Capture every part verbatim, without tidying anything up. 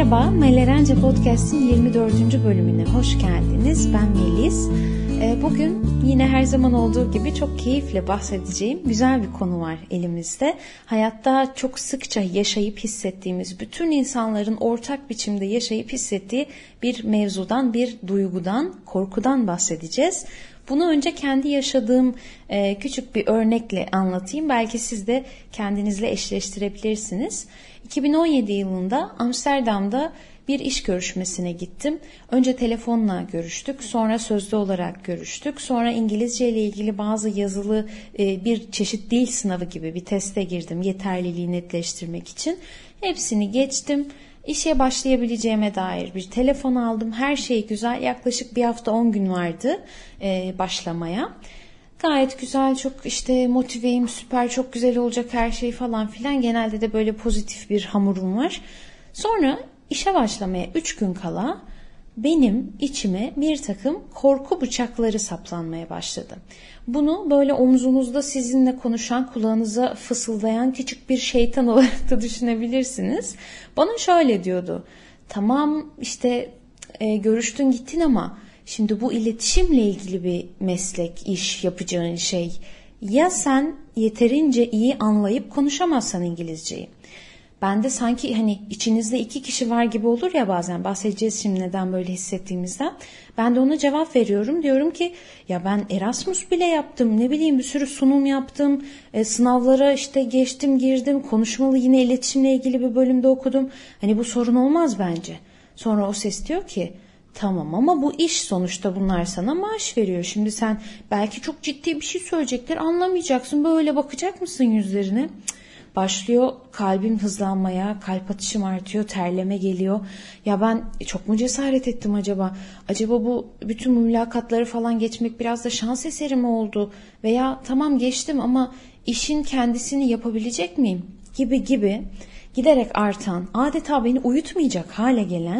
Merhaba, Melerence Podcast'in yirmi dördüncü bölümüne hoş geldiniz. Ben Melis. Bugün yine her zaman olduğu gibi çok keyifle bahsedeceğim güzel bir konu var elimizde. Hayatta çok sıkça yaşayıp hissettiğimiz, bütün insanların ortak biçimde yaşayıp hissettiği bir mevzudan, bir duygudan, korkudan bahsedeceğiz. Bunu önce kendi yaşadığım e, küçük bir örnekle anlatayım. Belki siz de kendinizle eşleştirebilirsiniz. iki bin on yedi yılında Amsterdam'da bir iş görüşmesine gittim. Önce telefonla görüştük, sonra sözlü olarak görüştük. Sonra İngilizce ile ilgili bazı yazılı e, bir çeşit dil sınavı gibi bir teste girdim yeterliliği netleştirmek için. Hepsini geçtim. İşe başlayabileceğime dair bir telefon aldım. Her şey güzel. Yaklaşık bir hafta on gün vardı e, başlamaya. Gayet güzel, çok işte motiveyim, süper, çok güzel olacak her şey falan filan. Genelde de böyle pozitif bir hamurum var. Sonra işe başlamaya üç gün kala benim içime bir takım korku bıçakları saplanmaya başladı. Bunu böyle omzunuzda sizinle konuşan, kulağınıza fısıldayan küçük bir şeytan olarak da düşünebilirsiniz. Bana şöyle diyordu: tamam işte e, görüştün gittin ama şimdi bu iletişimle ilgili bir meslek, iş yapacağın şey. Ya sen yeterince iyi anlayıp konuşamazsan İngilizceyi? Ben de sanki hani içinizde iki kişi var gibi olur ya bazen, bahsedeceğiz şimdi neden böyle hissettiğimizden. Ben de ona cevap veriyorum. Diyorum ki ya ben Erasmus bile yaptım, ne bileyim bir sürü sunum yaptım, e, sınavlara işte geçtim girdim, konuşmalı yine iletişimle ilgili bir bölümde okudum. Hani bu sorun olmaz bence. Sonra o ses diyor ki tamam ama bu iş sonuçta, bunlar sana maaş veriyor. Şimdi sen belki çok ciddi bir şey söyleyecekler, anlamayacaksın, böyle bakacak mısın yüzlerine? Cık. Başlıyor kalbim hızlanmaya, kalp atışım artıyor, terleme geliyor. Ya ben çok mu cesaret ettim acaba? Acaba bu bütün mülakatları falan geçmek biraz da şans eseri mi oldu? Veya tamam geçtim ama işin kendisini yapabilecek miyim? Gibi gibi giderek artan, adeta beni uyutmayacak hale gelen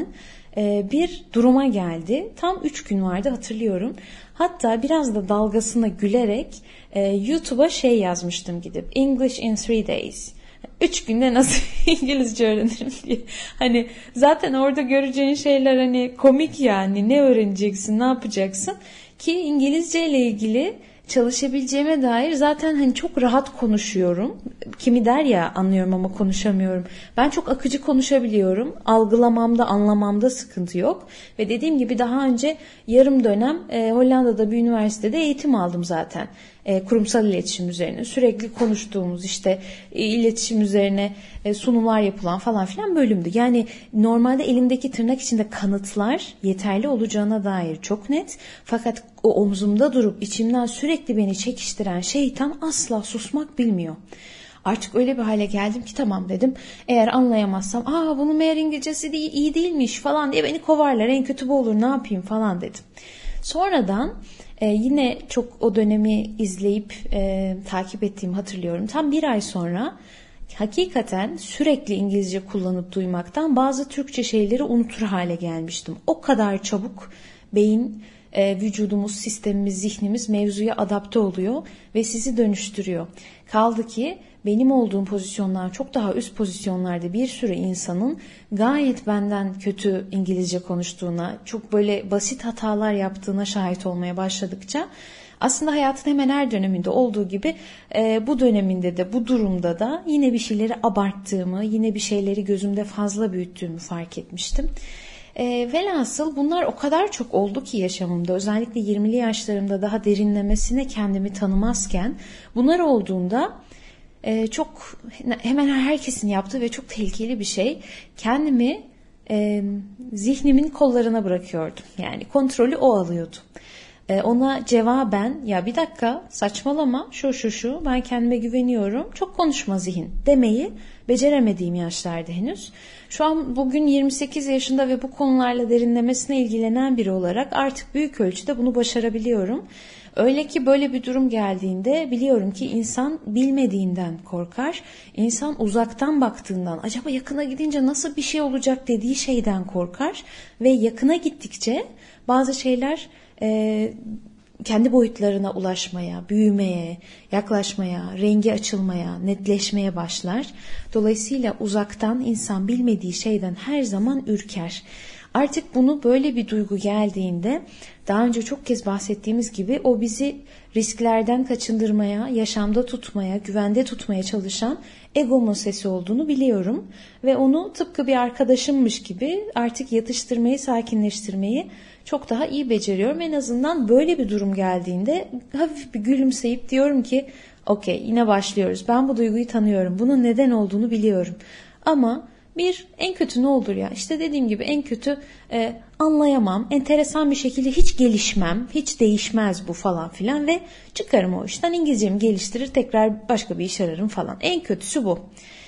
bir duruma geldi. Tam üç gün vardı, hatırlıyorum. Hatta biraz da dalgasına gülerek YouTube'a şey yazmıştım gidip: English in three days. Üç günde nasıl İngilizce öğrenirim diye. Hani zaten orada göreceğin şeyler hani komik yani. Ne öğreneceksin, ne yapacaksın? Ki İngilizce ile ilgili çalışabileceğime dair zaten hani çok rahat konuşuyorum. Kimi der ya anlıyorum ama konuşamıyorum. Ben çok akıcı konuşabiliyorum. Algılamamda, anlamamda sıkıntı yok. Ve dediğim gibi daha önce yarım dönem e, Hollanda'da bir üniversitede eğitim aldım zaten. E, kurumsal iletişim üzerine. Sürekli konuştuğumuz işte e, iletişim üzerine e, sunumlar yapılan falan filan bölümdü. Yani normalde elimdeki tırnak içinde kanıtlar yeterli olacağına dair çok net. Fakat o omzumda durup içimden sürekli beni çekiştiren şeytan asla susmak bilmiyor. Artık öyle bir hale geldim ki tamam dedim. Eğer anlayamazsam aa bunun meğer İngilizcesi değil, iyi değilmiş falan diye beni kovarlar. En kötü bu olur, ne yapayım falan dedim. Sonradan e, yine çok o dönemi izleyip e, takip ettiğimi hatırlıyorum. Tam bir ay sonra hakikaten sürekli İngilizce kullanıp duymaktan bazı Türkçe şeyleri unutur hale gelmiştim. O kadar çabuk beyin, e, vücudumuz, sistemimiz, zihnimiz mevzuya adapte oluyor ve sizi dönüştürüyor. Kaldı ki benim olduğum pozisyonlar çok daha üst pozisyonlarda bir sürü insanın gayet benden kötü İngilizce konuştuğuna, çok böyle basit hatalar yaptığına şahit olmaya başladıkça aslında hayatın hemen her döneminde olduğu gibi e, bu döneminde de bu durumda da yine bir şeyleri abarttığımı, yine bir şeyleri gözümde fazla büyüttüğümü fark etmiştim. E, velhasıl bunlar o kadar çok oldu ki yaşamımda, özellikle yirmili yaşlarımda daha derinlemesine kendimi tanımazken bunlar olduğunda e, çok hemen herkesin yaptığı ve çok tehlikeli bir şey, kendimi e, zihnimin kollarına bırakıyordum. Yani kontrolü o alıyordu. E, ona cevaben ya bir dakika saçmalama, şu şu şu, ben kendime güveniyorum, çok konuşma zihin demeyi beceremediğim yaşlarda henüz. Şu an bugün yirmi sekiz yaşında ve bu konularla derinlemesine ilgilenen biri olarak artık büyük ölçüde bunu başarabiliyorum. Öyle ki böyle bir durum geldiğinde biliyorum ki insan bilmediğinden korkar. İnsan uzaktan baktığından, acaba yakına gidince nasıl bir şey olacak dediği şeyden korkar. Ve yakına gittikçe bazı şeyler e, kendi boyutlarına ulaşmaya, büyümeye, yaklaşmaya, rengi açılmaya, netleşmeye başlar. Dolayısıyla uzaktan insan bilmediği şeyden her zaman ürker. Artık bunu böyle bir duygu geldiğinde daha önce çok kez bahsettiğimiz gibi o bizi risklerden kaçındırmaya, yaşamda tutmaya, güvende tutmaya çalışan egomun sesi olduğunu biliyorum. Ve onu tıpkı bir arkadaşımmış gibi artık yatıştırmayı, sakinleştirmeyi çok daha iyi beceriyorum. En azından böyle bir durum geldiğinde hafif bir gülümseyip diyorum ki okey, yine başlıyoruz. Ben bu duyguyu tanıyorum. Bunun neden olduğunu biliyorum. Ama bir, en kötü ne olur ya? İşte dediğim gibi en kötü e, anlayamam, enteresan bir şekilde hiç gelişmem, hiç değişmez bu falan filan ve çıkarım o işten, İngilizcemi geliştirir, tekrar başka bir iş ararım falan. En kötüsü bu.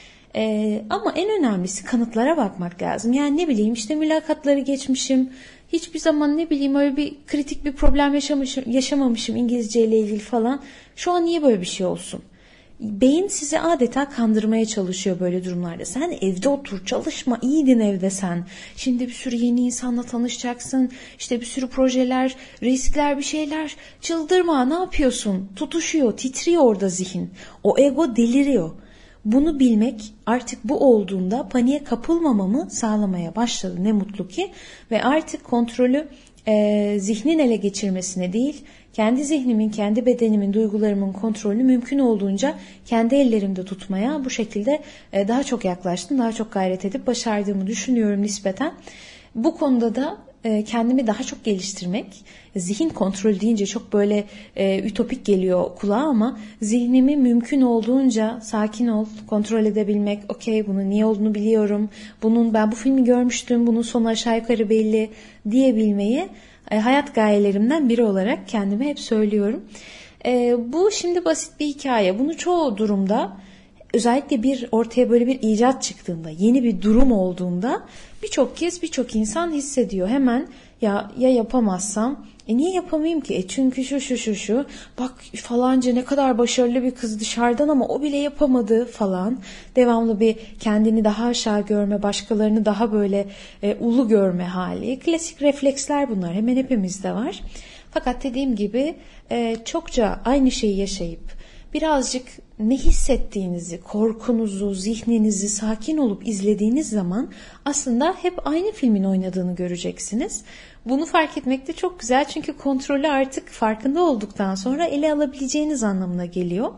E, ama en önemlisi kanıtlara bakmak lazım. Yani ne bileyim işte mülakatları geçmişim, hiçbir zaman ne bileyim öyle bir kritik bir problem yaşamışım, yaşamamışım İngilizce ile ilgili falan. Şu an niye böyle bir şey olsun? Beyin sizi adeta kandırmaya çalışıyor böyle durumlarda. Sen evde otur, çalışma, iyiydin evde sen. Şimdi bir sürü yeni insanla tanışacaksın. İşte bir sürü projeler, riskler, bir şeyler. Çıldırma, ne yapıyorsun? Tutuşuyor, titriyor orada zihin. O ego deliriyor. Bunu bilmek artık bu olduğunda paniğe kapılmamamı sağlamaya başladı. Ne mutlu ki. Ve artık kontrolü e, zihnin ele geçirmesine değil, kendi zihnimin, kendi bedenimin, duygularımın kontrolünü mümkün olduğunca kendi ellerimde tutmaya bu şekilde daha çok yaklaştım. Daha çok gayret edip başardığımı düşünüyorum nispeten. Bu konuda da kendimi daha çok geliştirmek, zihin kontrolü deyince çok böyle e, ütopik geliyor kulağa ama zihnimi mümkün olduğunca sakin ol, kontrol edebilmek, okey bunun niye olduğunu biliyorum, bunun ben bu filmi görmüştüm, bunun sonu aşağı yukarı belli diyebilmeyi hayat gayelerimden biri olarak kendime hep söylüyorum. E, bu şimdi basit bir hikaye. Bunu çoğu durumda, özellikle bir ortaya böyle bir icat çıktığında, yeni bir durum olduğunda birçok kez birçok insan hissediyor. Hemen ya ya yapamazsam, e niye yapamayayım ki? E çünkü şu şu şu şu, bak falanca ne kadar başarılı bir kız dışarıdan ama o bile yapamadı falan. Devamlı bir kendini daha aşağı görme, başkalarını daha böyle e, ulu görme hali. Klasik refleksler bunlar, hemen hepimizde var. Fakat dediğim gibi e, çokça aynı şeyi yaşayıp birazcık ne hissettiğinizi, korkunuzu, zihninizi sakin olup izlediğiniz zaman aslında hep aynı filmin oynadığını göreceksiniz. Bunu fark etmek de çok güzel çünkü kontrolü artık farkında olduktan sonra ele alabileceğiniz anlamına geliyor.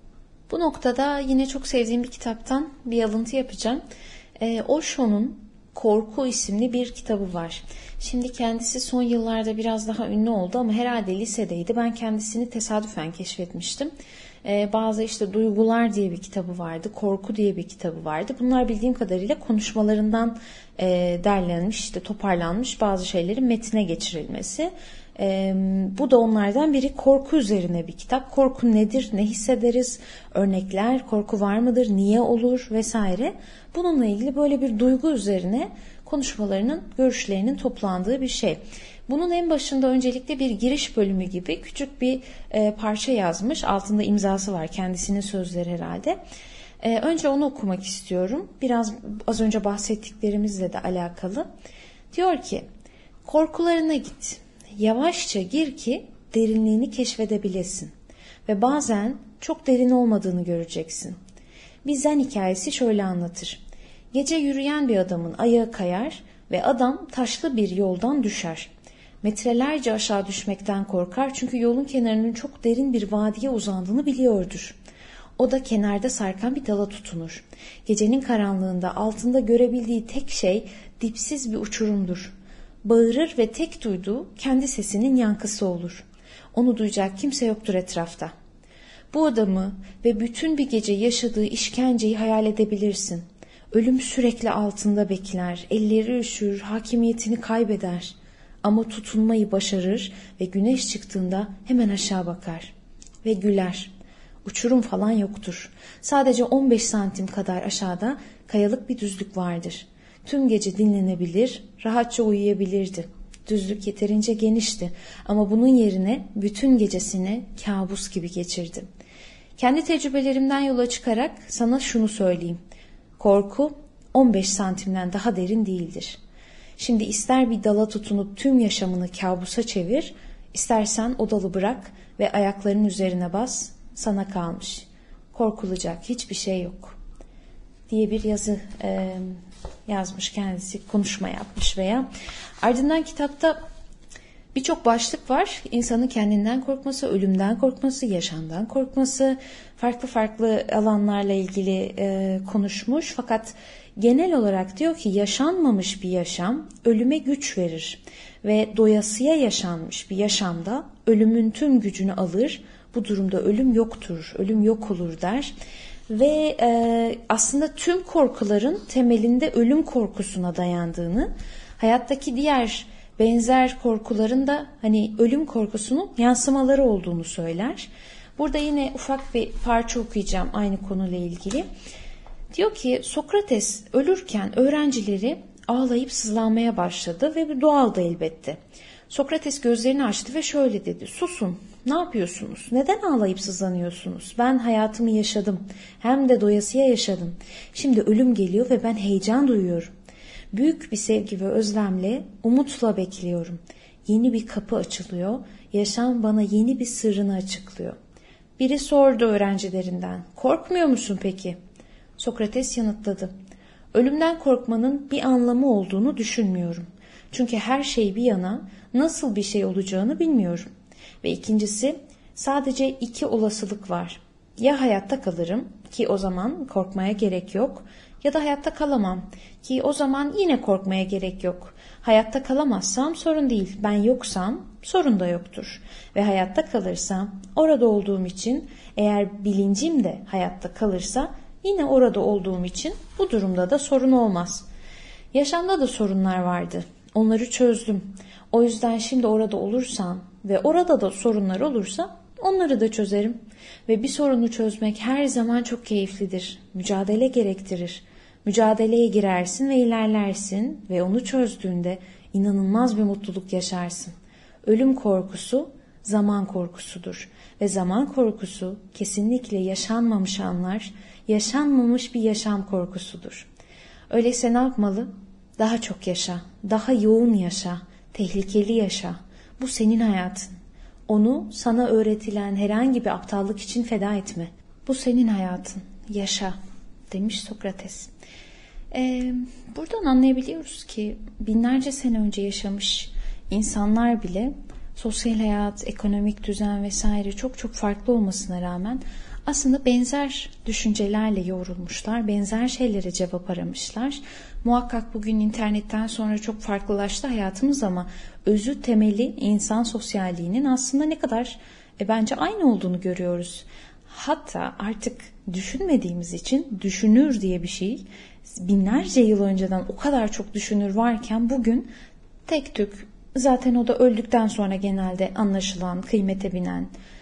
Bu noktada yine çok sevdiğim bir kitaptan bir alıntı yapacağım. E, Osho'nun Korku isimli bir kitabı var. Şimdi kendisi son yıllarda biraz daha ünlü oldu ama herhalde lisedeydi. Ben kendisini tesadüfen keşfetmiştim. Ee, bazı işte Duygular diye bir kitabı vardı, Korku diye bir kitabı vardı. Bunlar bildiğim kadarıyla konuşmalarından e, derlenmiş, işte toparlanmış bazı şeylerin metine geçirilmesi. E, bu da onlardan biri. Korku üzerine bir kitap. Korku nedir, ne hissederiz, örnekler, korku var mıdır, niye olur vesaire. Bununla ilgili böyle bir duygu üzerine konuşmalarının, görüşlerinin toplandığı bir şey. Bunun en başında öncelikle bir giriş bölümü gibi küçük bir e, parça yazmış. Altında imzası var, kendisinin sözleri herhalde. E, önce onu okumak istiyorum. Biraz az önce bahsettiklerimizle de alakalı. Diyor ki, korkularına git. Yavaşça gir ki derinliğini keşfedebilesin. Ve bazen çok derin olmadığını göreceksin. Bir zen hikayesi şöyle anlatır. Gece yürüyen bir adamın ayağı kayar ve adam taşlı bir yoldan düşer. Metrelerce aşağı düşmekten korkar çünkü yolun kenarının çok derin bir vadiye uzandığını biliyordur. O da kenarda sarkan bir dala tutunur. Gecenin karanlığında altında görebildiği tek şey dipsiz bir uçurumdur. Bağırır ve tek duyduğu kendi sesinin yankısı olur. Onu duyacak kimse yoktur etrafta. Bu adamı ve bütün bir gece yaşadığı işkenceyi hayal edebilirsin. Ölüm sürekli altında bekler, elleri üşür, hakimiyetini kaybeder. Ama tutunmayı başarır ve güneş çıktığında hemen aşağı bakar ve güler. Uçurum falan yoktur. Sadece on beş santim kadar aşağıda kayalık bir düzlük vardır. Tüm gece dinlenebilir, rahatça uyuyabilirdi. Düzlük yeterince genişti ama bunun yerine bütün gecesini kabus gibi geçirdi. Kendi tecrübelerimden yola çıkarak sana şunu söyleyeyim. Korku on beş santimden daha derin değildir. Şimdi ister bir dala tutunup tüm yaşamını kabusa çevir, İstersen odalı bırak ve ayaklarının üzerine bas, sana kalmış. Korkulacak hiçbir şey yok diye bir yazı e, yazmış kendisi, konuşma yapmış veya. Ardından kitapta birçok başlık var. İnsanın kendinden korkması, ölümden korkması, yaşamdan korkması, farklı farklı alanlarla ilgili e, konuşmuş. Fakat genel olarak diyor ki yaşanmamış bir yaşam ölüme güç verir ve doyasıya yaşanmış bir yaşamda ölümün tüm gücünü alır. Bu durumda ölüm yoktur, ölüm yok olur der. Ve e, aslında tüm korkuların temelinde ölüm korkusuna dayandığını, hayattaki diğer benzer korkuların da hani ölüm korkusunun yansımaları olduğunu söyler. Burada yine ufak bir parça okuyacağım aynı konuyla ilgili. Diyor ki Sokrates ölürken öğrencileri ağlayıp sızlanmaya başladı ve bir doğaldı elbette. Sokrates gözlerini açtı ve şöyle dedi: susun, ne yapıyorsunuz? Neden ağlayıp sızlanıyorsunuz? Ben hayatımı yaşadım, hem de doyasıya yaşadım. Şimdi ölüm geliyor ve ben heyecan duyuyorum. Büyük bir sevgi ve özlemle, umutla bekliyorum. Yeni bir kapı açılıyor, yaşam bana yeni bir sırrını açıklıyor. Biri sordu öğrencilerinden, korkmuyor musun peki? Sokrates yanıtladı. Ölümden korkmanın bir anlamı olduğunu düşünmüyorum. Çünkü her şey bir yana nasıl bir şey olacağını bilmiyorum. Ve ikincisi, sadece iki olasılık var. Ya hayatta kalırım ki o zaman korkmaya gerek yok, ya da hayatta kalamam ki o zaman yine korkmaya gerek yok. Hayatta kalamazsam sorun değil, ben yoksam sorun da yoktur. Ve hayatta kalırsam orada olduğum için, eğer bilincim de hayatta kalırsa yine orada olduğum için bu durumda da sorun olmaz. Yaşamda da sorunlar vardı. Onları çözdüm. O yüzden şimdi orada olursam ve orada da sorunlar olursa onları da çözerim. Ve bir sorunu çözmek her zaman çok keyiflidir. Mücadele gerektirir. Mücadeleye girersin ve ilerlersin ve onu çözdüğünde inanılmaz bir mutluluk yaşarsın. Ölüm korkusu zaman korkusudur. Ve zaman korkusu kesinlikle yaşanmamış anlar, yaşanmamış bir yaşam korkusudur. Öyleyse ne yapmalı? Daha çok yaşa, daha yoğun yaşa, tehlikeli yaşa. Bu senin hayatın. Onu sana öğretilen herhangi bir aptallık için feda etme. Bu senin hayatın. Yaşa, demiş Sokrates. Ee, buradan anlayabiliyoruz ki binlerce sene önce yaşamış insanlar bile sosyal hayat, ekonomik düzen vesaire çok çok farklı olmasına rağmen aslında benzer düşüncelerle yoğrulmuşlar, benzer şeylere cevap aramışlar. Muhakkak bugün internetten sonra çok farklılaştı hayatımız ama özü temeli insan sosyalliğinin aslında ne kadar e, bence aynı olduğunu görüyoruz. Hatta artık düşünmediğimiz için düşünür diye bir şey binlerce yıl önceden o kadar çok düşünür varken bugün tek tük, zaten o da öldükten sonra genelde anlaşılan, kıymete binen,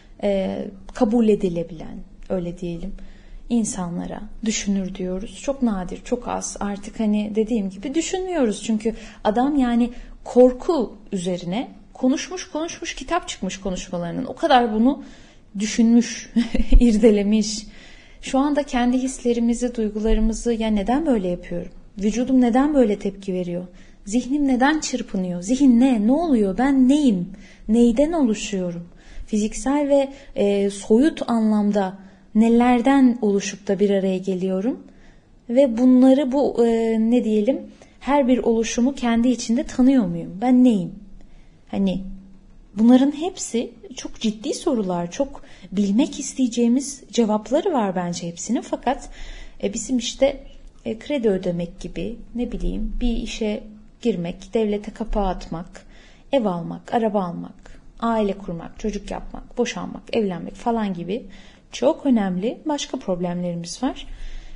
e, kabul edilebilen, öyle diyelim, insanlara düşünür diyoruz. Çok nadir, çok az. Artık hani dediğim gibi düşünmüyoruz. Çünkü adam yani korku üzerine konuşmuş konuşmuş kitap çıkmış konuşmalarının. O kadar bunu düşünmüş, irdelemiş. Şu anda kendi hislerimizi, duygularımızı, ya neden böyle yapıyorum? Vücudum neden böyle tepki veriyor? Zihnim neden çırpınıyor? Zihin ne? Ne oluyor? Ben neyim? Neyden oluşuyorum? Fiziksel ve e, soyut anlamda nelerden oluşup da bir araya geliyorum? Ve bunları bu e, ne diyelim her bir oluşumu kendi içinde tanıyor muyum? Ben neyim? Hani bunların hepsi çok ciddi sorular, çok bilmek isteyeceğimiz cevapları var bence hepsinin. Fakat e, bizim işte e, kredi ödemek gibi, ne bileyim, bir işe girmek, devlete kapağı atmak, ev almak, araba almak, aile kurmak, çocuk yapmak, boşanmak, evlenmek falan gibi çok önemli başka problemlerimiz var.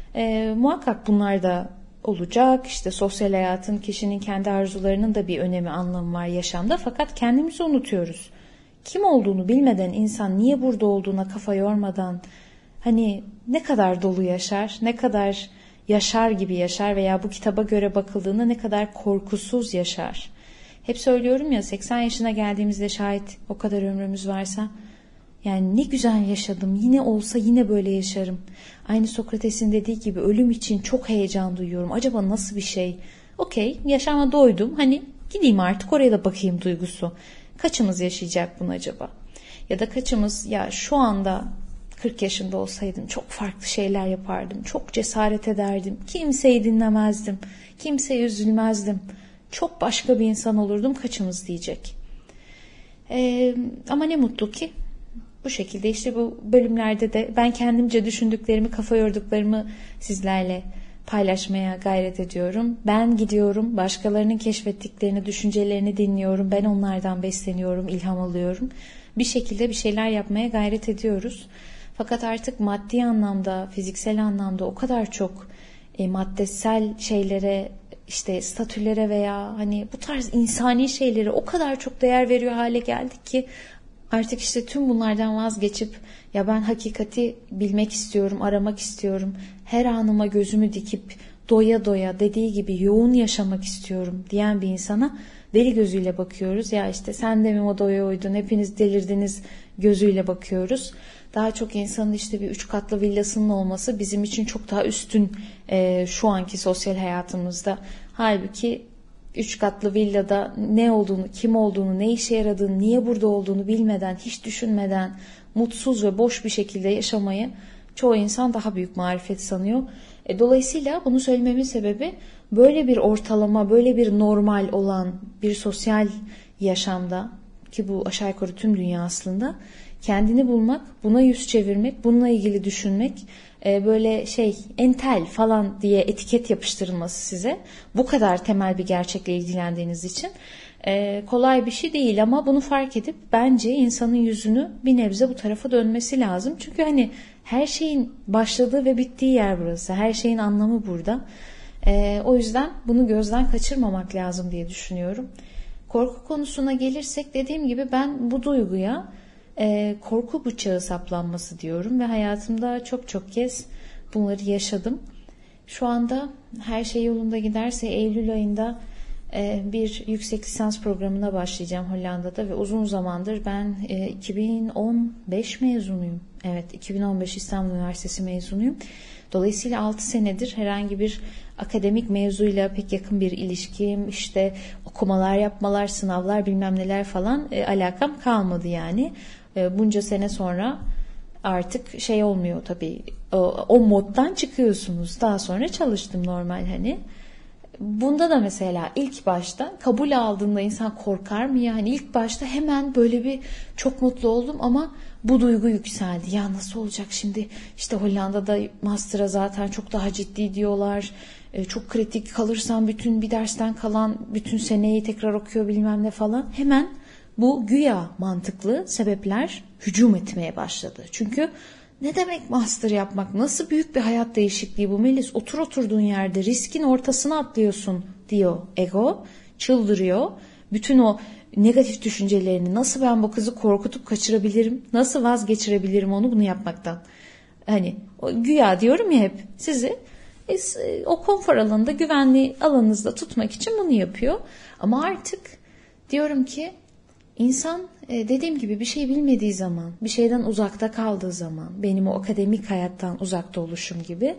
E, muhakkak bunlar da olacak. İşte sosyal hayatın, kişinin kendi arzularının da bir önemi, anlamı var yaşamda. Fakat kendimizi unutuyoruz. Kim olduğunu bilmeden insan niye burada olduğuna kafa yormadan hani ne kadar dolu yaşar, ne kadar yaşar gibi yaşar veya bu kitaba göre bakıldığında ne kadar korkusuz yaşar. Hep söylüyorum ya, seksen yaşına geldiğimizde şayet o kadar ömrümüz varsa yani ne güzel yaşadım, yine olsa yine böyle yaşarım. Aynı Sokrates'in dediği gibi ölüm için çok heyecan duyuyorum. Acaba nasıl bir şey? Okey, yaşama doydum, hani gideyim artık oraya da bakayım duygusu. Kaçımız yaşayacak bunu acaba? Ya da kaçımız ya şu anda kırk yaşında olsaydım çok farklı şeyler yapardım, çok cesaret ederdim, kimseyi dinlemezdim, kimseye üzülmezdim, çok başka bir insan olurdum, kaçımız diyecek. Ee, ama ne mutlu ki bu şekilde işte bu bölümlerde de ben kendimce düşündüklerimi, kafa yorduklarımı sizlerle paylaşmaya gayret ediyorum. Ben gidiyorum, başkalarının keşfettiklerini, düşüncelerini dinliyorum. Ben onlardan besleniyorum, ilham alıyorum. Bir şekilde bir şeyler yapmaya gayret ediyoruz. Fakat artık maddi anlamda, fiziksel anlamda o kadar çok e, maddesel şeylere, işte statülere veya hani bu tarz insani şeylere o kadar çok değer veriyor hale geldik ki artık işte tüm bunlardan vazgeçip ya ben hakikati bilmek istiyorum, aramak istiyorum. Her anıma gözümü dikip doya doya dediği gibi yoğun yaşamak istiyorum diyen bir insana deli gözüyle bakıyoruz. Ya işte sen de mi modaya uydun, hepiniz delirdiniz gözüyle bakıyoruz. Daha çok insanın işte bir üç katlı villasının olması bizim için çok daha üstün e, şu anki sosyal hayatımızda. Halbuki üç katlı villada ne olduğunu, kim olduğunu, ne işe yaradığını, niye burada olduğunu bilmeden, hiç düşünmeden mutsuz ve boş bir şekilde yaşamayı çoğu insan daha büyük marifet sanıyor. E, dolayısıyla bunu söylememin sebebi böyle bir ortalama, böyle bir normal olan bir sosyal yaşamda ki bu aşağı yukarı tüm dünya aslında kendini bulmak, buna yüz çevirmek, bununla ilgili düşünmek, e, böyle şey entel falan diye etiket yapıştırılması size bu kadar temel bir gerçekle ilgilendiğiniz için e, kolay bir şey değil ama bunu fark edip bence insanın yüzünü bir nebze bu tarafa dönmesi lazım. Çünkü hani her şeyin başladığı ve bittiği yer burası. Her şeyin anlamı burada. E, o yüzden bunu gözden kaçırmamak lazım diye düşünüyorum. Korku konusuna gelirsek dediğim gibi ben bu duyguya e, korku bıçağı saplanması diyorum ve hayatımda çok çok kez bunları yaşadım. Şu anda her şey yolunda giderse Eylül ayında e, bir yüksek lisans programına başlayacağım Hollanda'da ve uzun zamandır ben e, iki bin on beş mezunuyum. Evet, iki bin on beş İstanbul Üniversitesi mezunuyum. Dolayısıyla altı senedir herhangi bir akademik mevzuyla pek yakın bir ilişkim, işte okumalar, yapmalar, sınavlar bilmem neler falan e, alakam kalmadı yani. E, bunca sene sonra artık şey olmuyor tabii, o, o moddan çıkıyorsunuz. Daha sonra çalıştım normal hani. Bunda da mesela ilk başta kabul aldığında insan korkar mı ya? Hani ilk başta hemen böyle bir çok mutlu oldum ama bu duygu yükseldi. Ya nasıl olacak şimdi? İşte Hollanda'da master'a zaten çok daha ciddi diyorlar. Ee, çok kritik kalırsam bütün bir dersten kalan bütün seneyi tekrar okuyor bilmem ne falan. Hemen bu güya mantıklı sebepler hücum etmeye başladı. Çünkü ne demek master yapmak? Nasıl büyük bir hayat değişikliği bu Melis? Otur oturduğun yerde riskin ortasına atlıyorsun diyor ego. Çıldırıyor. Bütün o negatif düşüncelerini nasıl ben bu kızı korkutup kaçırabilirim? Nasıl vazgeçirebilirim onu bunu yapmaktan? Hani o güya diyorum ya hep sizi e, o konfor alanında güvenli alanınızda tutmak için bunu yapıyor. Ama artık diyorum ki İnsan dediğim gibi bir şey bilmediği zaman, bir şeyden uzakta kaldığı zaman, benim o akademik hayattan uzakta oluşum gibi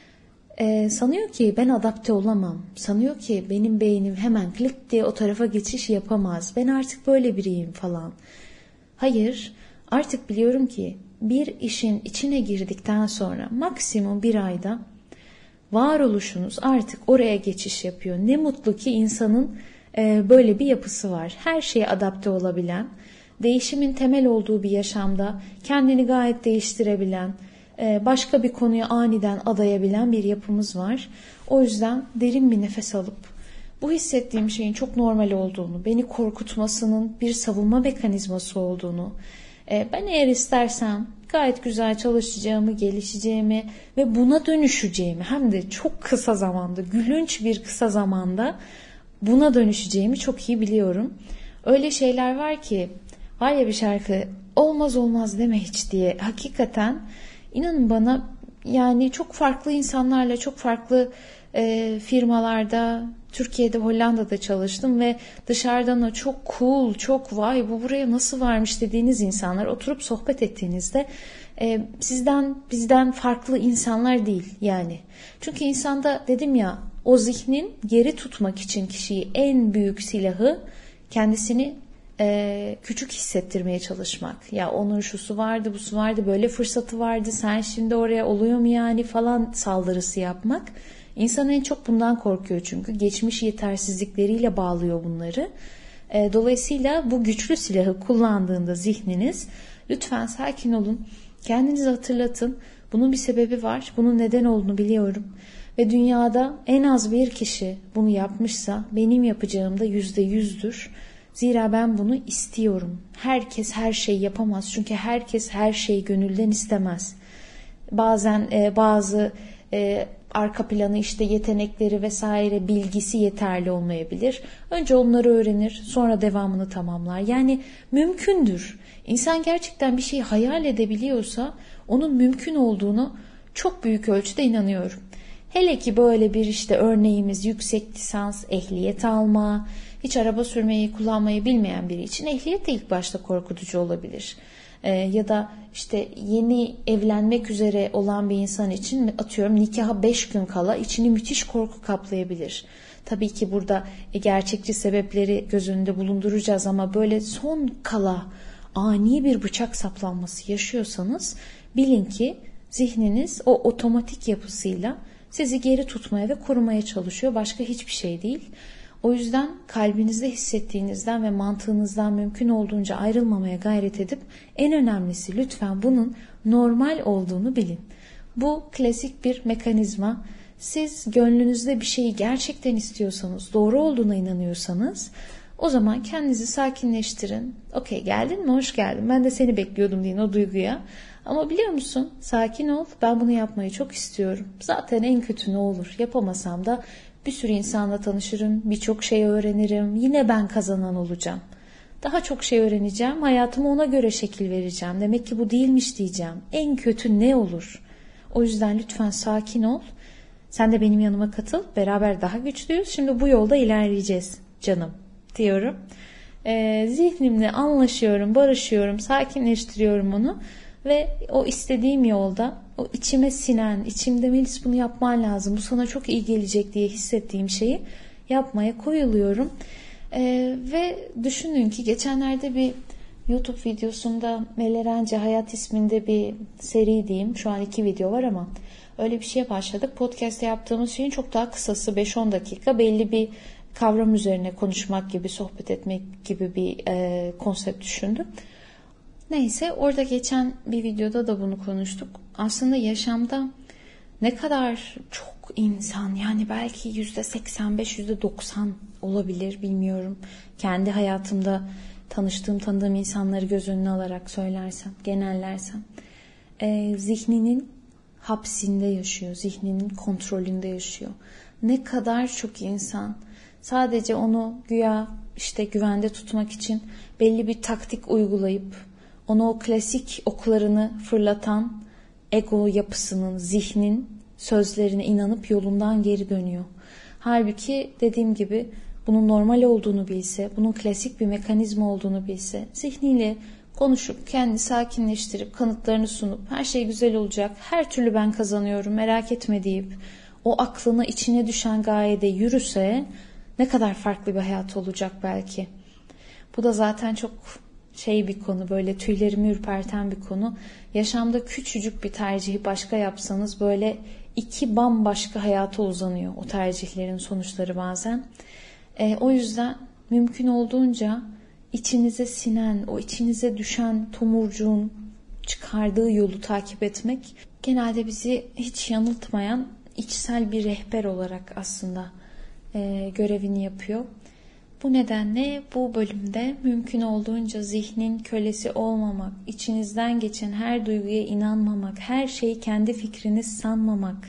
e, sanıyor ki ben adapte olamam. Sanıyor ki benim beynim hemen klik diye o tarafa geçiş yapamaz. Ben artık böyle biriyim falan. Hayır, artık biliyorum ki bir işin içine girdikten sonra maksimum bir ayda varoluşunuz artık oraya geçiş yapıyor. Ne mutlu ki insanın böyle bir yapısı var. Her şeye adapte olabilen, değişimin temel olduğu bir yaşamda kendini gayet değiştirebilen, başka bir konuya aniden adayabilen bir yapımız var. O yüzden derin bir nefes alıp bu hissettiğim şeyin çok normal olduğunu, beni korkutmasının bir savunma mekanizması olduğunu, ben eğer istersem gayet güzel çalışacağımı, gelişeceğimi ve buna dönüşeceğimi hem de çok kısa zamanda, gülünç bir kısa zamanda buna dönüşeceğimi çok iyi biliyorum. Öyle şeyler var ki var ya bir şarkı olmaz olmaz deme hiç diye hakikaten inanın bana yani çok farklı insanlarla çok farklı e, firmalarda Türkiye'de Hollanda'da çalıştım ve dışarıdan o çok cool çok vay bu buraya nasıl varmış dediğiniz insanlar oturup sohbet ettiğinizde e, sizden bizden farklı insanlar değil yani. Çünkü insanda dedim ya o zihnin geri tutmak için kişiyi en büyük silahı kendisini e, küçük hissettirmeye çalışmak. Ya onun şusu vardı, busu vardı, böyle fırsatı vardı, sen şimdi oraya oluyor mu yani falan saldırısı yapmak. İnsan en çok bundan korkuyor çünkü. Geçmiş yetersizlikleriyle bağlıyor bunları. E, dolayısıyla bu güçlü silahı kullandığında zihniniz, lütfen sakin olun, kendinizi hatırlatın. Bunun bir sebebi var, bunun neden olduğunu biliyorum. Ve dünyada en az bir kişi bunu yapmışsa benim yapacağım da yüzde yüzdür. Zira ben bunu istiyorum. Herkes her şeyi yapamaz. Çünkü herkes her şeyi gönülden istemez. Bazen e, bazı e, arka planı işte yetenekleri vesaire bilgisi yeterli olmayabilir. Önce onları öğrenir, sonra devamını tamamlar. Yani mümkündür. İnsan gerçekten bir şeyi hayal edebiliyorsa onun mümkün olduğunu çok büyük ölçüde inanıyorum. Hele ki böyle bir işte örneğimiz yüksek lisans, ehliyet alma, hiç araba sürmeyi, kullanmayı bilmeyen biri için ehliyet de ilk başta korkutucu olabilir. Ee, ya da işte yeni evlenmek üzere olan bir insan için atıyorum nikaha beş gün kala içini müthiş korku kaplayabilir. Tabii ki burada gerçekçi sebepleri göz önünde bulunduracağız ama böyle son kala ani bir bıçak saplanması yaşıyorsanız bilin ki zihniniz o otomatik yapısıyla sizi geri tutmaya ve korumaya çalışıyor. Başka hiçbir şey değil. O yüzden kalbinizde hissettiğinizden ve mantığınızdan mümkün olduğunca ayrılmamaya gayret edip en önemlisi lütfen bunun normal olduğunu bilin. Bu klasik bir mekanizma. Siz gönlünüzde bir şeyi gerçekten istiyorsanız, doğru olduğuna inanıyorsanız o zaman kendinizi sakinleştirin. Okey, geldin mi? Hoş geldin. Ben de seni bekliyordum deyin o duyguya. Ama biliyor musun? Sakin ol. Ben bunu yapmayı çok istiyorum. Zaten en kötü ne olur? Yapamasam da bir sürü insanla tanışırım, birçok şey öğrenirim. Yine ben kazanan olacağım. Daha çok şey öğreneceğim. Hayatıma ona göre şekil vereceğim. Demek ki bu değilmiş diyeceğim. En kötü ne olur? O yüzden lütfen sakin ol. Sen de benim yanıma katıl. Beraber daha güçlüyüz. Şimdi bu yolda ilerleyeceğiz canım diyorum. Ee, zihnimle anlaşıyorum, barışıyorum, sakinleştiriyorum onu. Ve o istediğim yolda, o içime sinen, içimde Melis bunu yapman lazım, bu sana çok iyi gelecek diye hissettiğim şeyi yapmaya koyuluyorum. Ee, ve düşünün ki geçenlerde bir YouTube videosunda Melerence Hayat isminde bir seri diyeyim. Şu an iki video var ama öyle bir şeye başladık. Podcast'te yaptığımız şeyin çok daha kısası beş on dakika belli bir kavram üzerine konuşmak gibi, sohbet etmek gibi bir e, konsept düşündüm. Neyse orada geçen bir videoda da bunu konuştuk. Aslında yaşamda ne kadar çok insan yani belki yüzde seksen beş yüzde doksan olabilir bilmiyorum. Kendi hayatımda tanıştığım tanıdığım insanları göz önüne alarak söylersem, genellersem. Ee, zihninin hapsinde yaşıyor, zihninin kontrolünde yaşıyor. Ne kadar çok insan sadece onu güya işte güvende tutmak için belli bir taktik uygulayıp onu o klasik oklarını fırlatan ego yapısının, zihnin sözlerine inanıp yolundan geri dönüyor. Halbuki dediğim gibi bunun normal olduğunu bilse, bunun klasik bir mekanizma olduğunu bilse, zihniyle konuşup kendini sakinleştirip kanıtlarını sunup her şey güzel olacak, her türlü ben kazanıyorum merak etme deyip o aklına içine düşen gayede yürüse ne kadar farklı bir hayat olacak belki. Bu da zaten çok şey bir konu, böyle tüylerimi ürperten bir konu. Yaşamda küçücük bir tercihi başka yapsanız böyle iki bambaşka hayata uzanıyor o tercihlerin sonuçları bazen. E, o yüzden mümkün olduğunca içinize sinen, o içinize düşen tomurcuğun çıkardığı yolu takip etmek genelde bizi hiç yanıltmayan içsel bir rehber olarak aslında e, görevini yapıyor. Bu nedenle bu bölümde mümkün olduğunca zihnin kölesi olmamak, içinizden geçen her duyguya inanmamak, her şeyi kendi fikriniz sanmamak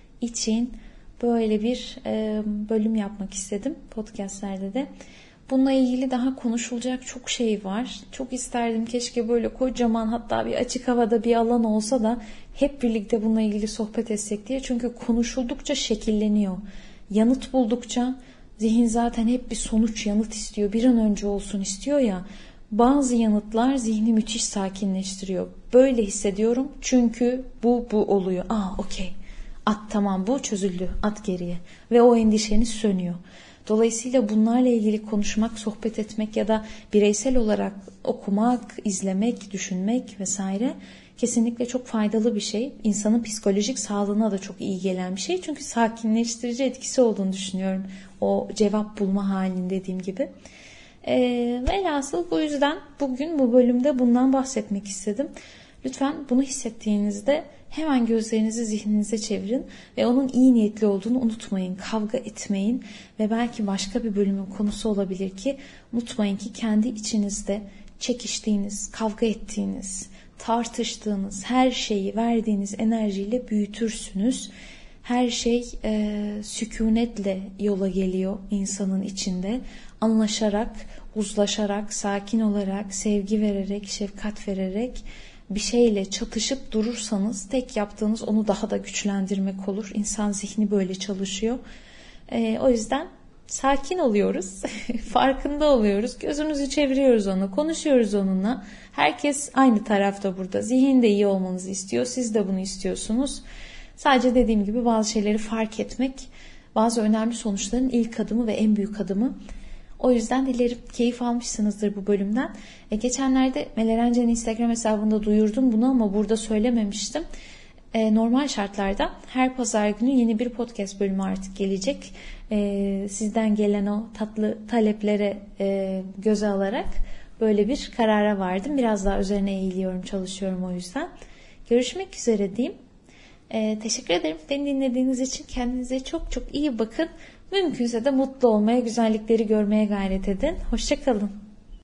için böyle bir e, bölüm yapmak istedim podcastlerde de. Bununla ilgili daha konuşulacak çok şey var. Çok isterdim keşke böyle kocaman hatta bir açık havada bir alan olsa da hep birlikte bununla ilgili sohbet etsek diye. Çünkü konuşuldukça şekilleniyor. Yanıt buldukça zihin zaten hep bir sonuç yanıt istiyor. Bir an önce olsun istiyor ya. Bazı yanıtlar zihni müthiş sakinleştiriyor. Böyle hissediyorum çünkü bu bu oluyor. Aa okey. At tamam, bu çözüldü, at geriye ve o endişeniz sönüyor. Dolayısıyla bunlarla ilgili konuşmak, sohbet etmek ya da bireysel olarak okumak, izlemek, düşünmek vesaire kesinlikle çok faydalı bir şey. İnsanın psikolojik sağlığına da çok iyi gelen bir şey. Çünkü sakinleştirici etkisi olduğunu düşünüyorum. O cevap bulma halinin dediğim gibi. E, velhasıl bu yüzden bugün bu bölümde bundan bahsetmek istedim. Lütfen bunu hissettiğinizde hemen gözlerinizi zihninize çevirin ve onun iyi niyetli olduğunu unutmayın. Kavga etmeyin ve belki başka bir bölümün konusu olabilir ki unutmayın ki kendi içinizde çekiştiğiniz, kavga ettiğiniz, tartıştığınız her şeyi verdiğiniz enerjiyle büyütürsünüz. Her şey e, sükunetle yola geliyor insanın içinde. Anlaşarak, uzlaşarak, sakin olarak, sevgi vererek, şefkat vererek bir şeyle çatışıp durursanız tek yaptığınız onu daha da güçlendirmek olur. İnsan zihni böyle çalışıyor. E, o yüzden sakin oluyoruz, farkında oluyoruz, gözümüzü çeviriyoruz ona, konuşuyoruz onunla. Herkes aynı tarafta burada. Zihin de iyi olmanızı istiyor, siz de bunu istiyorsunuz. Sadece dediğim gibi bazı şeyleri fark etmek, bazı önemli sonuçların ilk adımı ve en büyük adımı. O yüzden dilerim keyif almışsınızdır bu bölümden. E, geçenlerde Melerence'nin Instagram hesabında duyurdum bunu ama burada söylememiştim. E, normal şartlarda her pazar günü yeni bir podcast bölümü artık gelecek. E, sizden gelen o tatlı taleplere e, göze alarak böyle bir karara vardım. Biraz daha üzerine eğiliyorum, çalışıyorum o yüzden. Görüşmek üzere diyeyim. E, teşekkür ederim. Beni dinlediğiniz için kendinize çok çok iyi bakın. Mümkünse de mutlu olmaya, güzellikleri görmeye gayret edin. Hoşça kalın.